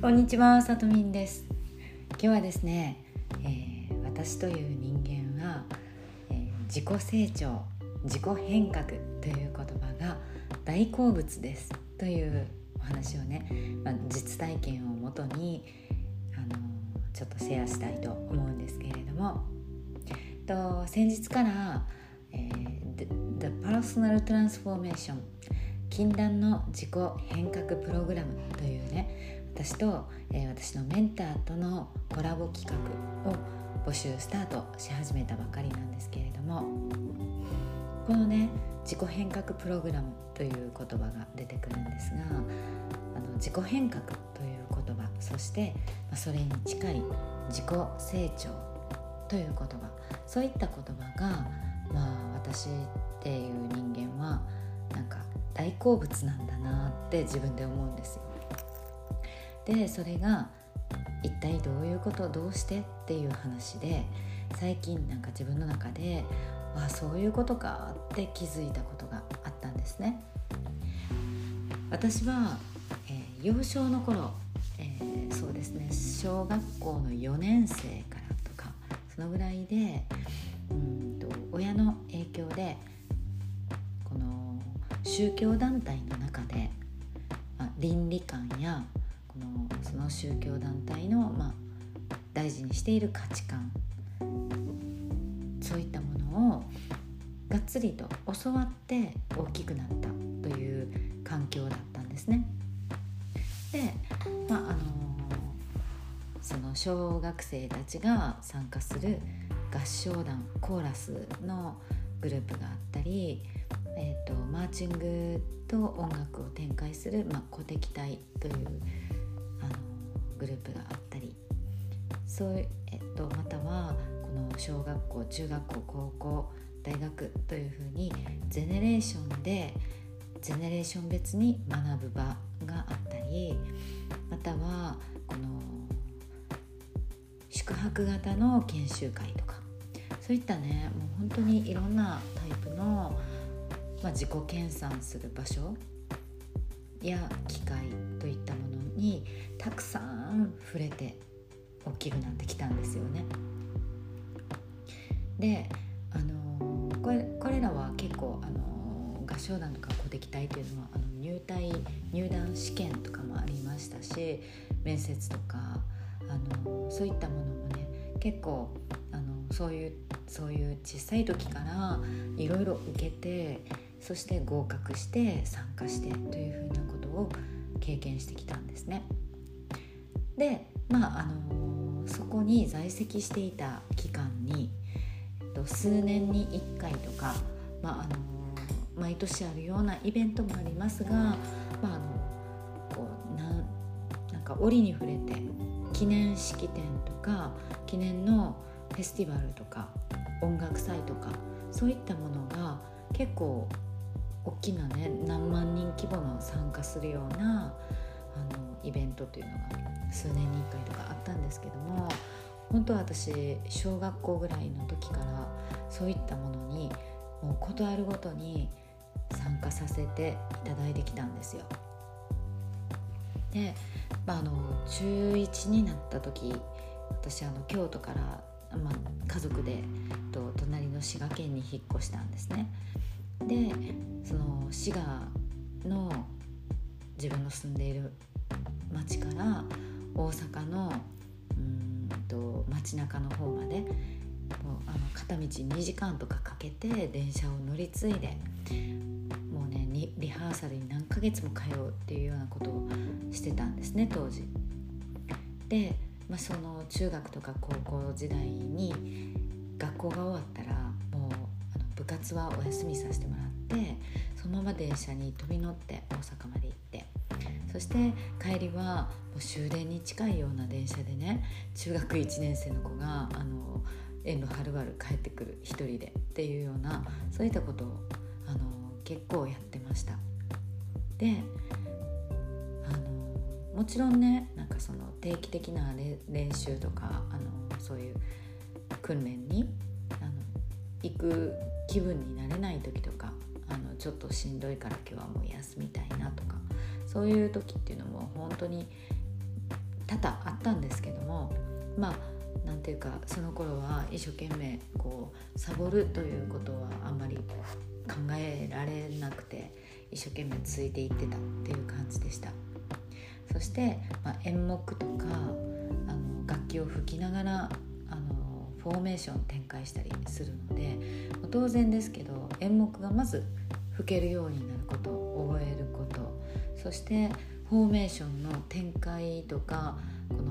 こんにちは、さとみんです。今日はですね、私という人間は、自己成長、自己変革という言葉が大好物ですというお話をね、実体験をもとにちょっとシェアしたいと思うんですけれども、先日から、The Personal Transformation 禁断の自己変革プログラムというね、私と、私のメンターとのコラボ企画を募集スタートし始めたばかりなんですけれども、このね、自己変革プログラムという言葉が出てくるんですが、自己変革という言葉、そしてそれに近い自己成長という言葉、そういった言葉が、私っていう人間はなんか大好物なんだなって自分で思うんですよ。で、それが一体どういうこと、どうしてっていう話で、最近なんか自分の中でそういうことかって気づいたことがあったんですね。私は、幼少の頃、そうですね、小学校の4年生からとかそのぐらいで親の影響でこの宗教団体の中で、倫理観やその宗教団体の、大事にしている価値観、そういったものをがっつりと教わって大きくなったという環境だったんですね。で、その小学生たちが参加する合唱団、コーラスのグループがあったり、マーチングと音楽を展開する、鼓笛隊というグループがあったり、またはこの小学校、中学校、高校、大学というふうにジェネレーション別に学ぶ場があったり、またはこの宿泊型の研修会とか、そういったね、もう本当にいろんなタイプの、自己研鑽する場所や機会といったものにたくさん触れて大きくなってきたんですよね。で、これらは結構合唱団とか鼓笛隊というのは入団試験とかもありましたし、面接とかそういったものもね、結構そういう小さい時からいろいろ受けて、そして合格して参加してというふうなことを経験してきたんですね。で、そこに在籍していた期間に数年に1回とか、毎年あるようなイベントもありますが、なんか折に触れて記念式典とか記念のフェスティバルとか音楽祭とか、そういったものが結構大きなね、何万人規模の参加するようなイベントというのが数年に1回とかあったんですけども、本当は私小学校ぐらいの時からそういったものにもうことあるごとに参加させていただいてきたんですよ。で、中1になった時、私京都から、家族で隣の滋賀県に引っ越したんですね。で、その滋賀の自分の住んでいる町から大阪の街中の方まで片道2時間とかかけて電車を乗り継いで、もうね、リハーサルに何ヶ月も通うっていうようなことをしてたんですね、当時。で、その中学とか高校時代に学校が終わったらもう部活はお休みさせてもらって、そのまま電車に飛び乗って大阪まで行って、そして帰りはもう終電に近いような電車でね、中学1年生の子が遠路はるばる帰ってくる一人でっていうような、そういったことを結構やってました。で、もちろんね、なんかその定期的な練習とかそういう訓練に行く気分になれない時とか、ちょっとしんどいから今日はもう休みたいなとか、そういう時っていうのも本当に多々あったんですけども、なんていうかその頃は一生懸命サボるということはあんまり考えられなくて、一生懸命ついていってたっていう感じでした。そして、演目とか楽器を吹きながらフォーメーション展開したりするので、当然ですけど演目がまず吹けるようになること、覚えること、そしてフォーメーションの展開とかこの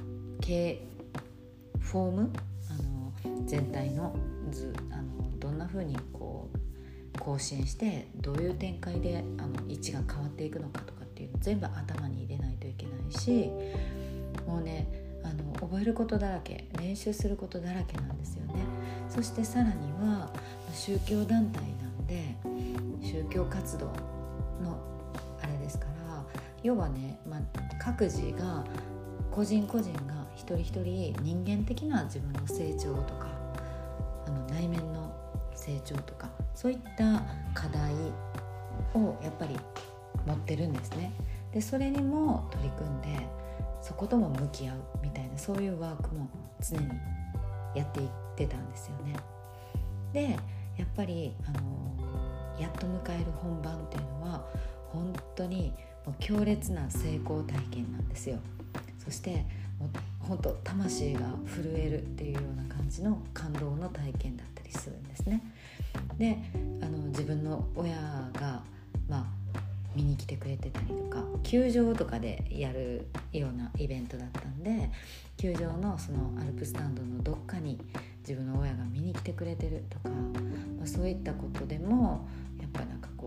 フォーム全体の図どんな風に更新してどういう展開で位置が変わっていくのかとかっていうの全部頭に入れないといけないし、もうね覚えることだらけ、練習することだらけなんですよね。そしてさらには宗教団体なんで宗教活動のあれですから、要はね、各自が個人個人が一人一人人間的な自分の成長とか内面の成長とかそういった課題をやっぱり持ってるんですね。でそれにも取り組んでそことも向き合うみたいな、そういうワークも常にやっていってたんですよね。でやっぱりやっと迎える本番っていうのは本当にもう強烈な成功体験なんですよ。そしてもう本当魂が震えるっていうような感じの感動の体験だったりするんですね。で自分の親が見に来てくれてたりとか、球場とかでやるようなイベントだったんで、球場のそのアルプススタンドのどっかに自分の親が見に来てくれてるとか、そういったことでもやっぱ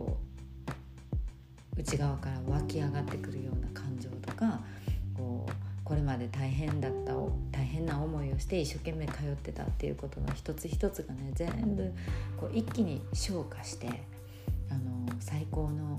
内側から湧き上がってくるような感情とか、これまで大変な思いをして一生懸命通ってたっていうことの一つ一つがね、全部一気に昇華して最高の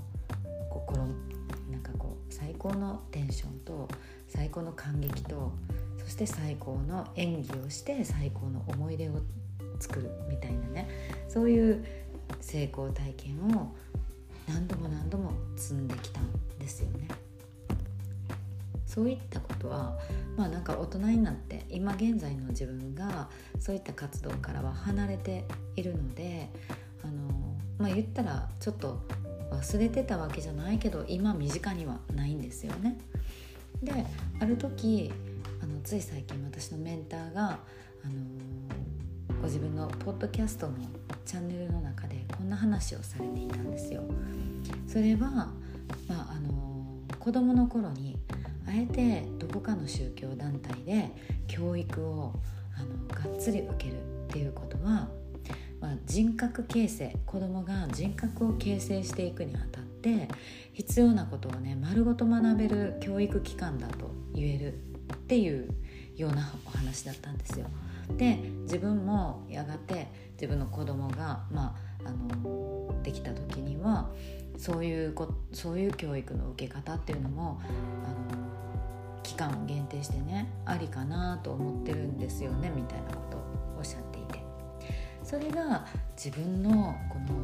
最高のテンションと最高の感激と、そして最高の演技をして最高の思い出を作るみたいなね、そういう成功体験を何度も何度も積んできたんですよね。そういったことは大人になって今現在の自分がそういった活動からは離れているので、言ったらちょっと忘れてたわけじゃないけど今身近にはないんですよね。である時つい最近私のメンターがご自分のポッドキャストのチャンネルの中でこんな話をされていたんですよ。それは、子供の頃にあえてどこかの宗教団体で教育をがっつり受けるっていうことは、人格形成、子供が人格を形成していくにあたって必要なことをね丸ごと学べる教育機関だと言えるっていうようなお話だったんですよ。で自分もやがて自分の子供が、できた時にはそういう教育の受け方っていうのも期間を限定してねありかなと思ってるんですよねみたいなことをおっしゃっていて、それが自分のこの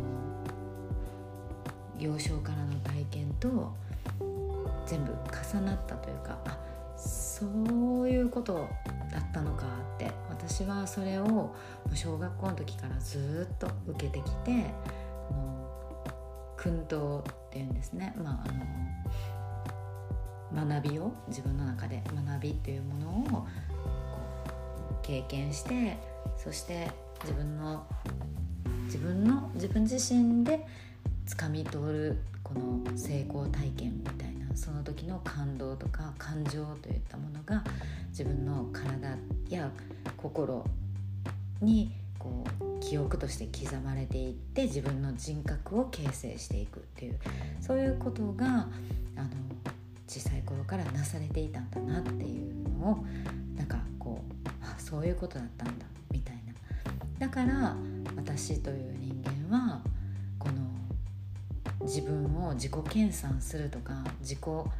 幼少からの体験と全部重なったというか、そういうことだったのかって、私はそれを小学校の時からずっと受けてきて訓導っていうんですね、学びを自分の中で学びっていうものを経験して、そして自分自身で掴み取るこの成功体験みたいな、その時の感動とか感情といったものが自分の体や心に記憶として刻まれていって自分の人格を形成していくっていう、そういうことが小さい頃からなされていたんだなっていうのをそういうことだったんだみたいな。だから私という人間はこの自分を自己研鑽するとか自己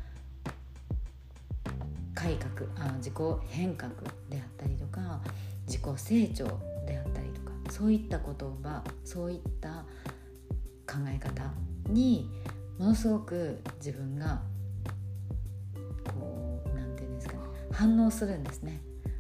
改革、自己変革であったりとか自己成長であったりとか、そういった言葉、そういった考え方にものすごく自分がなんていうんですかね、 反応するんですね。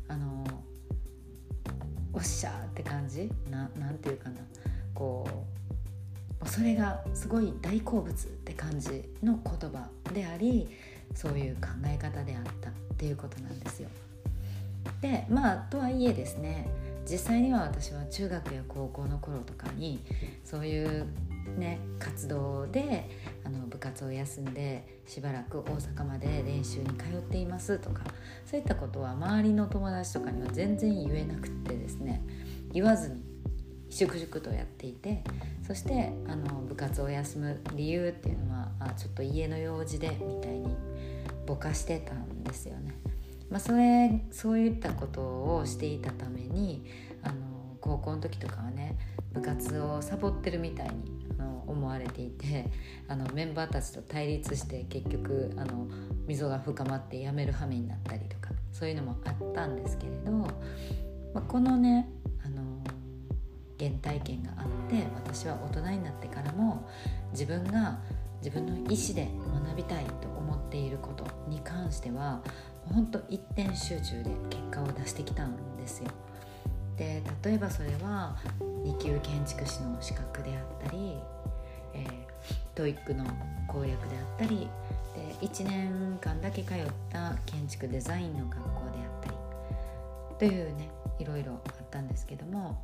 おっしゃーって感じなんていうかな、こうそれがすごい大好物って感じの言葉であり、そういう考え方であったっていうことなんですよ。でとはいえですね、実際には私は中学や高校の頃とかにそういう活動で部活を休んでしばらく大阪まで練習に通っていますとか、そういったことは周りの友達とかには全然言えなくってですね、言わずに粛々とやっていて、そして部活を休む理由っていうのはちょっと家の用事でみたいにぼかしてたんですよね。そういったことをしていたために高校の時とかはね、部活をサボってるみたいに思われていて、メンバーたちと対立して結局溝が深まって辞める羽目になったりとか、そういうのもあったんですけれど、このね原体験があって、私は大人になってからも自分の意思で学びたいと思っていることに関しては本当一点集中で結果を出してきたんですよ。で例えばそれは2級建築士の資格であったり、TOEIC の攻略であったりで、1年間だけ通った建築デザインの学校であったりというね、いろいろあったんですけども、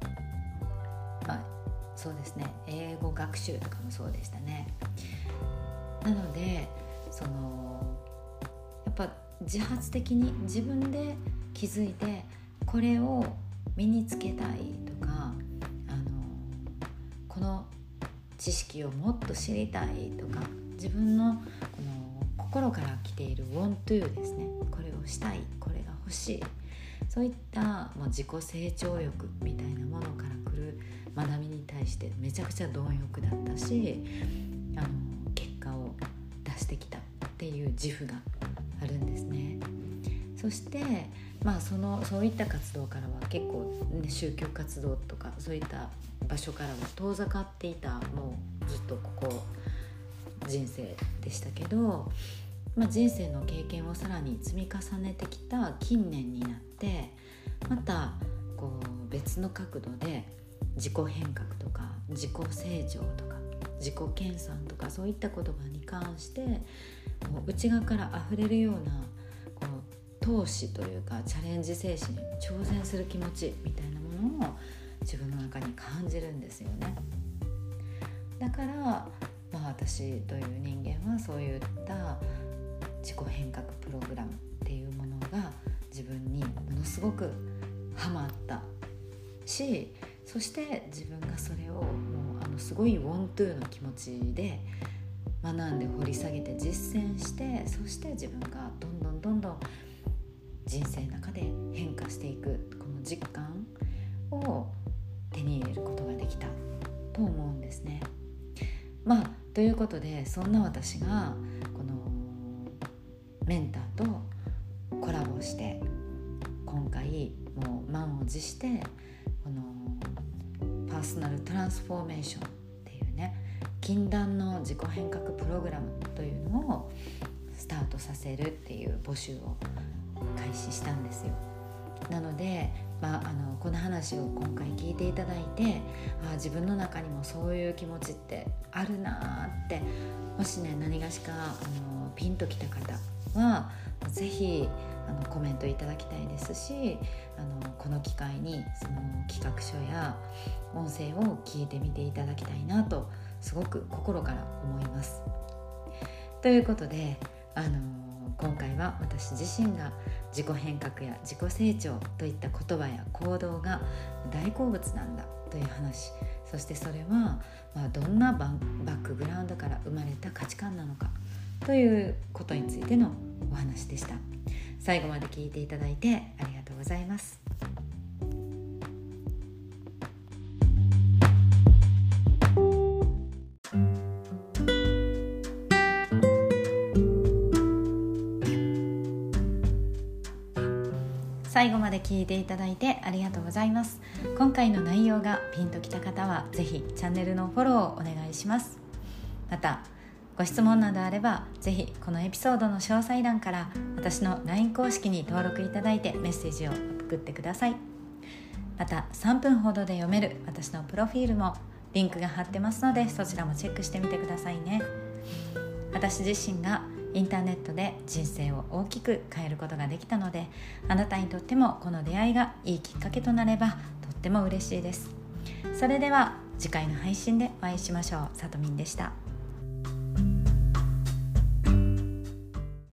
そうですね、英語学習とかもそうでしたね。なのでやっぱ自発的に自分で気づいてこれを身につけたいとか、この知識をもっと知りたいとか、自分のこの心から来ている want to ですね、これをしたい、これが欲しい、そういった自己成長欲みたいなものから来る学びに対してめちゃくちゃ貪欲だったし、結果を出してきたっていう自負があるんですね。そしてそういった活動からは結構、宗教活動とかそういった場所からは遠ざかっていた、もうずっとここ人生でしたけど、人生の経験をさらに積み重ねてきた近年になって、またこう別の角度で自己変革とか自己成長とか自己研鑽とか、そういった言葉に関してもう内側から溢れるようなこの闘志というかチャレンジ精神、挑戦する気持ちみたいなものを自分の中に感じるんですよね。だから私という人間はそういった自己変革プログラムっていうものが自分にものすごくハマったし、そして自分がそれをもうすごい want to の気持ちで学んで掘り下げて実践して、そして自分がどんどん人生の中で変化していくこの実感を手に入れることができたと思うんですね。ということで、そんな私がこのメンターとコラボして今回もう満を持してこのパーソナルトランスフォーメーションっていうね、禁断の自己変革プログラムというのをスタートさせるっていう募集を開始したんですよ。なので、この話を今回聞いていただいて、自分の中にもそういう気持ちってあるなって、もしね何がしかピンときた方はぜひコメントいただきたいですし、この機会にその企画書や音声を聞いてみていただきたいなとすごく心から思います。ということで今回は私自身が自己変革や自己成長といった言葉や行動が大好物なんだという話、そしてそれはどんなバックグラウンドから生まれた価値観なのかということについてのお話でした。最後まで聞いていただいてありがとうございます。最後まで聞いていただいてありがとうございます。今回の内容がピンときた方はぜひチャンネルのフォローをお願いします。またご質問などあればぜひこのエピソードの詳細欄から私の LINE 公式に登録いただいてメッセージを送ってください。また3分ほどで読める私のプロフィールもリンクが貼ってますので、そちらもチェックしてみてくださいね。私自身がインターネットで人生を大きく変えることができたので、あなたにとってもこの出会いがいいきっかけとなればとっても嬉しいです。それでは次回の配信でお会いしましょう。さとみんでした。